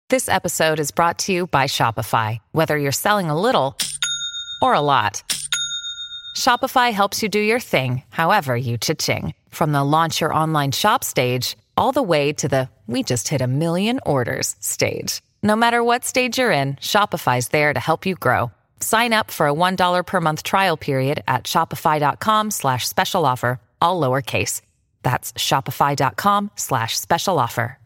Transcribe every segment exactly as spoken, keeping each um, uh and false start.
This episode is brought to you by Shopify. Whether you're selling a little or a lot, Shopify helps you do your thing, however you cha-ching. From the launch your online shop stage, all the way to the we just hit a million orders stage. No matter what stage you're in, Shopify's there to help you grow. Sign up for a one dollar per month trial period at shopify.com slash special offer, all lowercase. That's shopify.com slash special offer.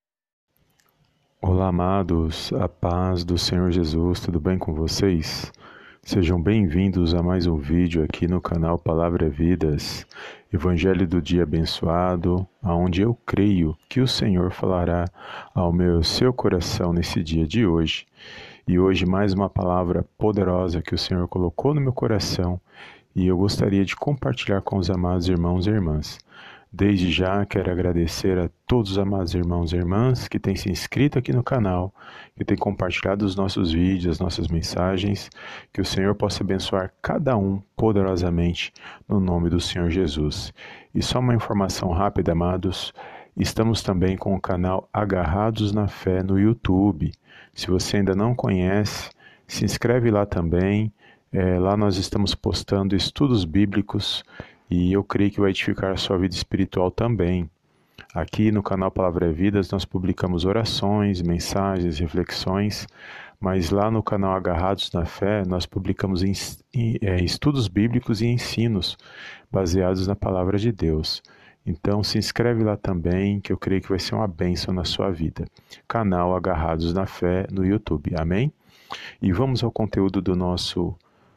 Olá, amados, a paz do Senhor Jesus, tudo bem com vocês? Sejam bem-vindos a mais um vídeo aqui no canal Palavra Vidas, Evangelho do Dia Abençoado, onde eu creio que o Senhor falará ao meu seu coração nesse dia de hoje. E hoje mais uma palavra poderosa que o Senhor colocou no meu coração e eu gostaria de compartilhar com os amados irmãos e irmãs. Desde já quero agradecer a todos os amados irmãos e irmãs que têm se inscrito aqui no canal, que têm compartilhado os nossos vídeos, as nossas mensagens, que o Senhor possa abençoar cada um poderosamente no nome do Senhor Jesus. E só uma informação rápida, amados, estamos também com o canal Agarrados na Fé no YouTube. Se você ainda não conhece, se inscreve lá também, é, lá nós estamos postando estudos bíblicos, e eu creio que vai edificar a sua vida espiritual também. Aqui no canal Palavra Vidas nós publicamos orações, mensagens, reflexões, mas lá no canal Agarrados na Fé nós publicamos em, em, é, estudos bíblicos e ensinos baseados na Palavra de Deus. Então se inscreve lá também, que eu creio que vai ser uma bênção na sua vida. Canal Agarrados na Fé no YouTube, amém? E vamos ao conteúdo do nosso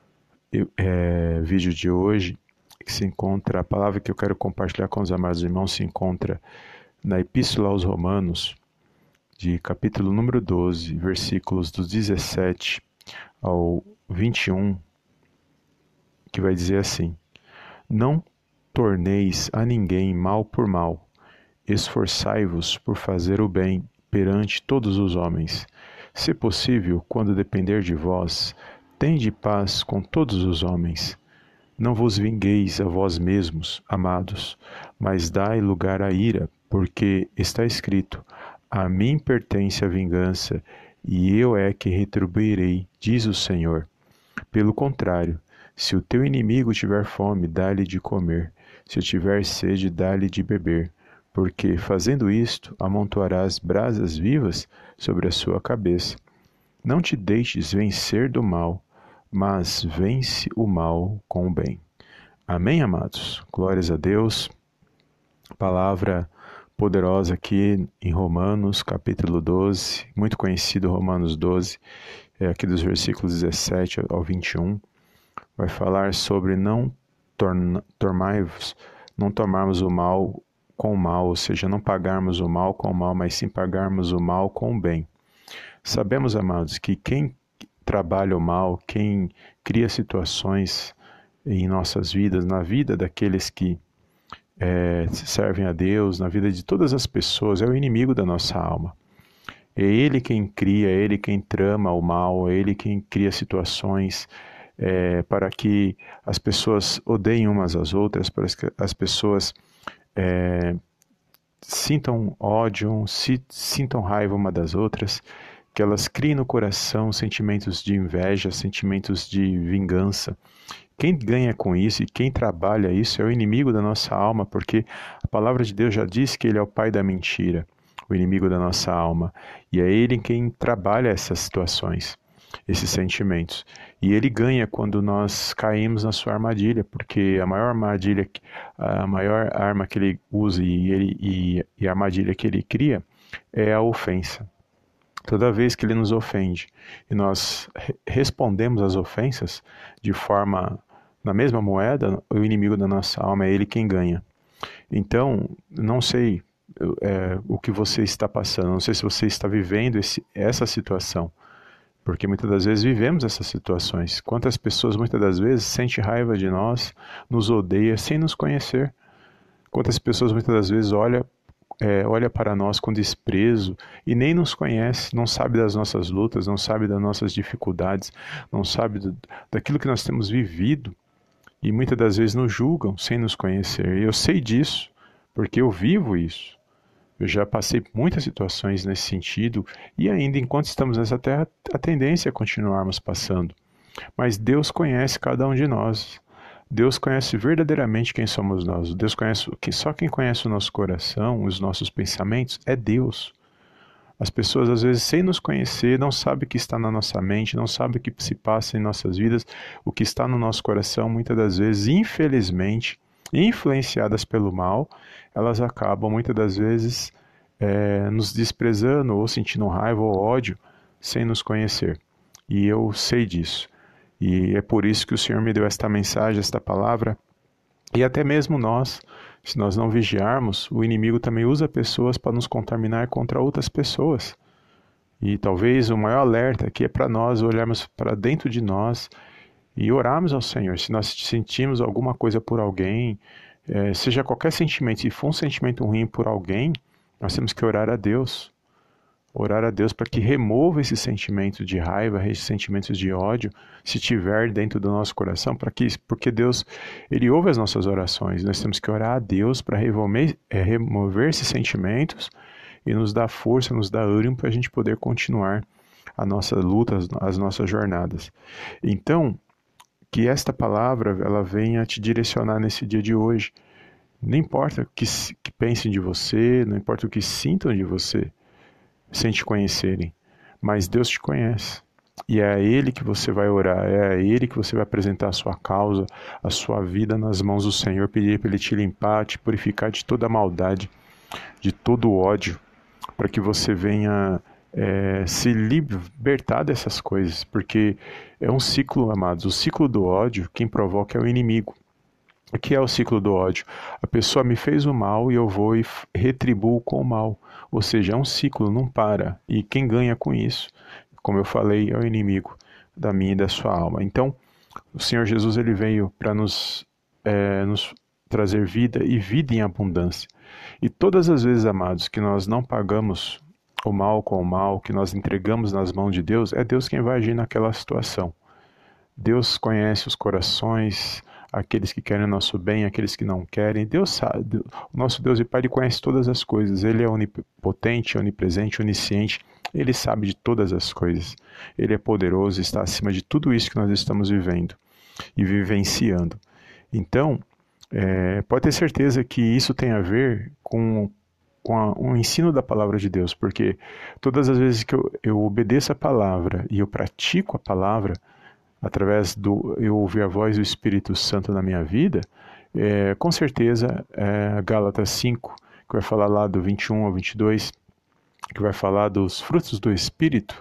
é, vídeo de hoje, que se encontra, a palavra que eu quero compartilhar com os amados irmãos se encontra na Epístola aos Romanos, de capítulo número doze, versículos dos dezessete ao vinte e um, que vai dizer assim: Não torneis a ninguém mal por mal, esforçai-vos por fazer o bem perante todos os homens. Se possível, quando depender de vós, tende paz com todos os homens. Não vos vingueis a vós mesmos, amados, mas dai lugar à ira, porque está escrito: A mim pertence a vingança, e eu é que retribuirei, diz o Senhor. Pelo contrário, se o teu inimigo tiver fome, dá-lhe de comer, se tiver sede, dá-lhe de beber, porque, fazendo isto, amontoarás brasas vivas sobre a sua cabeça. Não te deixes vencer do mal, mas vence o mal com o bem. Amém, amados? Glórias a Deus. Palavra poderosa aqui em Romanos, capítulo doze, muito conhecido Romanos doze, é aqui dos versículos dezessete ao vinte e um, vai falar sobre não tornai-vos, não tomarmos o mal com o mal, ou seja, não pagarmos o mal com o mal, mas sim pagarmos o mal com o bem. Sabemos, amados, que quem trabalha o mal, quem cria situações em nossas vidas, na vida daqueles que é, servem a Deus, na vida de todas as pessoas, é o inimigo da nossa alma. É ele quem cria, é ele quem trama o mal, é ele quem cria situações é, para que as pessoas odeiem umas às outras, para que as pessoas é, sintam ódio, se, sintam raiva uma das outras, que elas criem no coração sentimentos de inveja, sentimentos de vingança. Quem ganha com isso e quem trabalha isso é o inimigo da nossa alma, porque a palavra de Deus já diz que ele é o pai da mentira, o inimigo da nossa alma. E é ele quem trabalha essas situações, esses sentimentos. E ele ganha quando nós caímos na sua armadilha, porque a maior armadilha, a maior arma que ele usa e, ele, e, e a armadilha que ele cria é a ofensa. Toda vez que ele nos ofende e nós respondemos às ofensas de forma, na mesma moeda, o inimigo da nossa alma é ele quem ganha. Então, não sei é, o que você está passando, não sei se você está vivendo esse, essa situação, porque muitas das vezes vivemos essas situações. Quantas pessoas muitas das vezes sentem raiva de nós, nos odeia sem nos conhecer. Quantas pessoas muitas das vezes olham É, olha para nós com desprezo e nem nos conhece, não sabe das nossas lutas, não sabe das nossas dificuldades, não sabe do, daquilo que nós temos vivido e muitas das vezes nos julgam sem nos conhecer. E eu sei disso, porque eu vivo isso. Eu já passei por muitas situações nesse sentido e ainda enquanto estamos nessa terra, a tendência é continuarmos passando. Mas Deus conhece cada um de nós. Deus conhece verdadeiramente quem somos nós. Deus conhece, só quem conhece o nosso coração, os nossos pensamentos, é Deus. As pessoas, às vezes, sem nos conhecer, não sabem o que está na nossa mente, não sabem o que se passa em nossas vidas, o que está no nosso coração. Muitas das vezes, infelizmente, influenciadas pelo mal, elas acabam, muitas das vezes, é, nos desprezando ou sentindo raiva ou ódio, sem nos conhecer. E eu sei disso. E é por isso que o Senhor me deu esta mensagem, esta palavra. E até mesmo nós, se nós não vigiarmos, o inimigo também usa pessoas para nos contaminar contra outras pessoas. E talvez o maior alerta aqui é para nós olharmos para dentro de nós e orarmos ao Senhor. Se nós sentimos alguma coisa por alguém, é, seja qualquer sentimento, se for um sentimento ruim por alguém, nós temos que orar a Deus. Orar a Deus para que remova esse sentimento de raiva, esses sentimentos de ódio, se tiver dentro do nosso coração, para que, porque Deus, Ele ouve as nossas orações. Nós temos que orar a Deus para remover, é, remover esses sentimentos e nos dar força, nos dar ânimo para a gente poder continuar a nossa luta, as, as nossas jornadas. Então, que esta palavra ela venha te direcionar nesse dia de hoje. Não importa o que, que pensem de você, não importa o que sintam de você, sem te conhecerem, mas Deus te conhece, e é a Ele que você vai orar, é a Ele que você vai apresentar a sua causa, a sua vida nas mãos do Senhor, pedir para Ele te limpar, te purificar de toda a maldade, de todo o ódio, para que você venha é, se libertar dessas coisas, porque é um ciclo, amados, o ciclo do ódio, quem provoca é o inimigo. O que é o ciclo do ódio? A pessoa me fez o mal e eu vou e retribuo com o mal. Ou seja, é um ciclo, não para. E quem ganha com isso, como eu falei, é o inimigo da minha e da sua alma. Então, o Senhor Jesus ele veio para nos, é, nos trazer vida e vida em abundância. E todas as vezes, amados, que nós não pagamos o mal com o mal, que nós entregamos nas mãos de Deus, é Deus quem vai agir naquela situação. Deus conhece os corações, aqueles que querem o nosso bem, aqueles que não querem. Deus sabe, o nosso Deus e Pai, Ele conhece todas as coisas. Ele é onipotente, onipresente, onisciente. Ele sabe de todas as coisas. Ele é poderoso, está acima de tudo isso que nós estamos vivendo e vivenciando. Então, é, pode ter certeza que isso tem a ver com, com a, o ensino da palavra de Deus, porque todas as vezes que eu, eu obedeço a palavra e eu pratico a palavra, através do eu ouvir a voz do Espírito Santo na minha vida, é, com certeza, é, Gálatas cinco, que vai falar lá do vinte e um ao vinte e dois, que vai falar dos frutos do Espírito,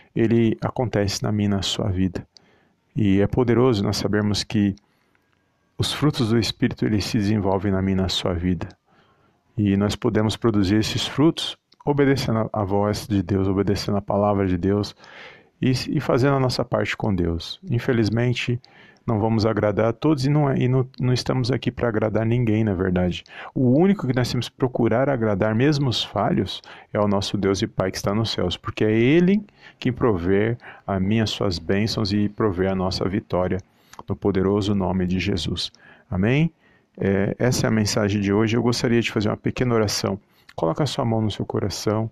ele acontece na minha e na sua vida. E é poderoso nós sabermos que os frutos do Espírito eles se desenvolvem na minha e na sua vida. E nós podemos produzir esses frutos obedecendo a voz de Deus, obedecendo a palavra de Deus, E, e fazendo a nossa parte com Deus. Infelizmente, não vamos agradar a todos e não, e não, não estamos aqui para agradar ninguém, na verdade. O único que nós temos que procurar agradar, mesmo os falhos, é o nosso Deus e Pai que está nos céus, porque é Ele que provê a mim as suas bênçãos e provê a nossa vitória, no poderoso nome de Jesus. Amém? É, essa é a mensagem de hoje. Eu gostaria de fazer uma pequena oração. Coloca a sua mão no seu coração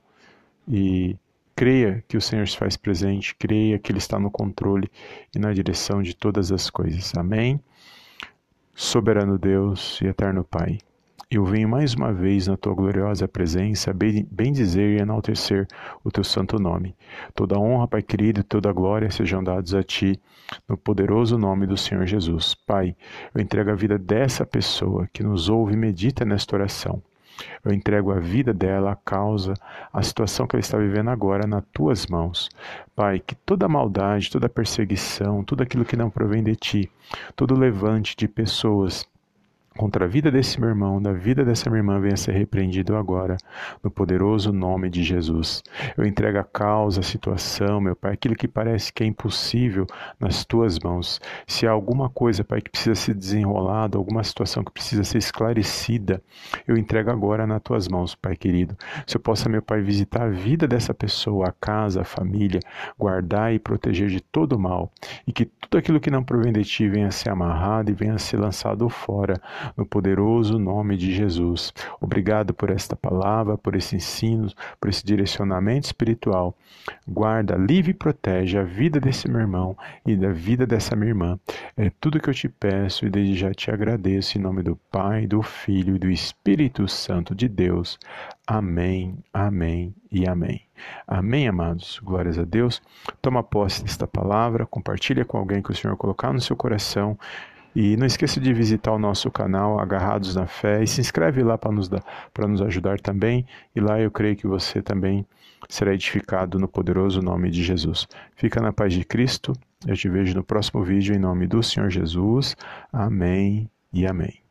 e creia que o Senhor se faz presente, creia que Ele está no controle e na direção de todas as coisas. Amém? Soberano Deus e eterno Pai, eu venho mais uma vez na Tua gloriosa presença bendizer e enaltecer o Teu santo nome. Toda honra, Pai querido, e toda glória sejam dados a Ti, no poderoso nome do Senhor Jesus. Pai, eu entrego a vida dessa pessoa que nos ouve e medita nesta oração. Eu entrego a vida dela, a causa, a situação que ela está vivendo agora nas Tuas mãos. Pai, que toda maldade, toda perseguição, tudo aquilo que não provém de Ti, todo levante de pessoas contra a vida desse meu irmão, da vida dessa minha irmã, venha ser repreendido agora, no poderoso nome de Jesus. Eu entrego a causa, a situação, meu Pai, aquilo que parece que é impossível nas Tuas mãos. Se há alguma coisa, Pai, que precisa ser desenrolada, alguma situação que precisa ser esclarecida, eu entrego agora nas Tuas mãos, Pai querido. Se eu possa, meu Pai, visitar a vida dessa pessoa, a casa, a família, guardar e proteger de todo o mal, e que tudo aquilo que não provém de Ti venha ser amarrado e venha ser lançado fora, no poderoso nome de Jesus. Obrigado por esta palavra, por esse ensino, por esse direcionamento espiritual. Guarda, livre e protege a vida desse meu irmão e da vida dessa minha irmã. É tudo que eu te peço e desde já te agradeço em nome do Pai, do Filho e do Espírito Santo de Deus. Amém, amém e amém. Amém, amados. Glórias a Deus. Toma posse desta palavra, compartilha com alguém que o Senhor colocar no seu coração. E não esqueça de visitar o nosso canal Agarrados na Fé e se inscreve lá para nos, para nos ajudar também. E lá eu creio que você também será edificado no poderoso nome de Jesus. Fica na paz de Cristo. Eu te vejo no próximo vídeo em nome do Senhor Jesus. Amém e amém.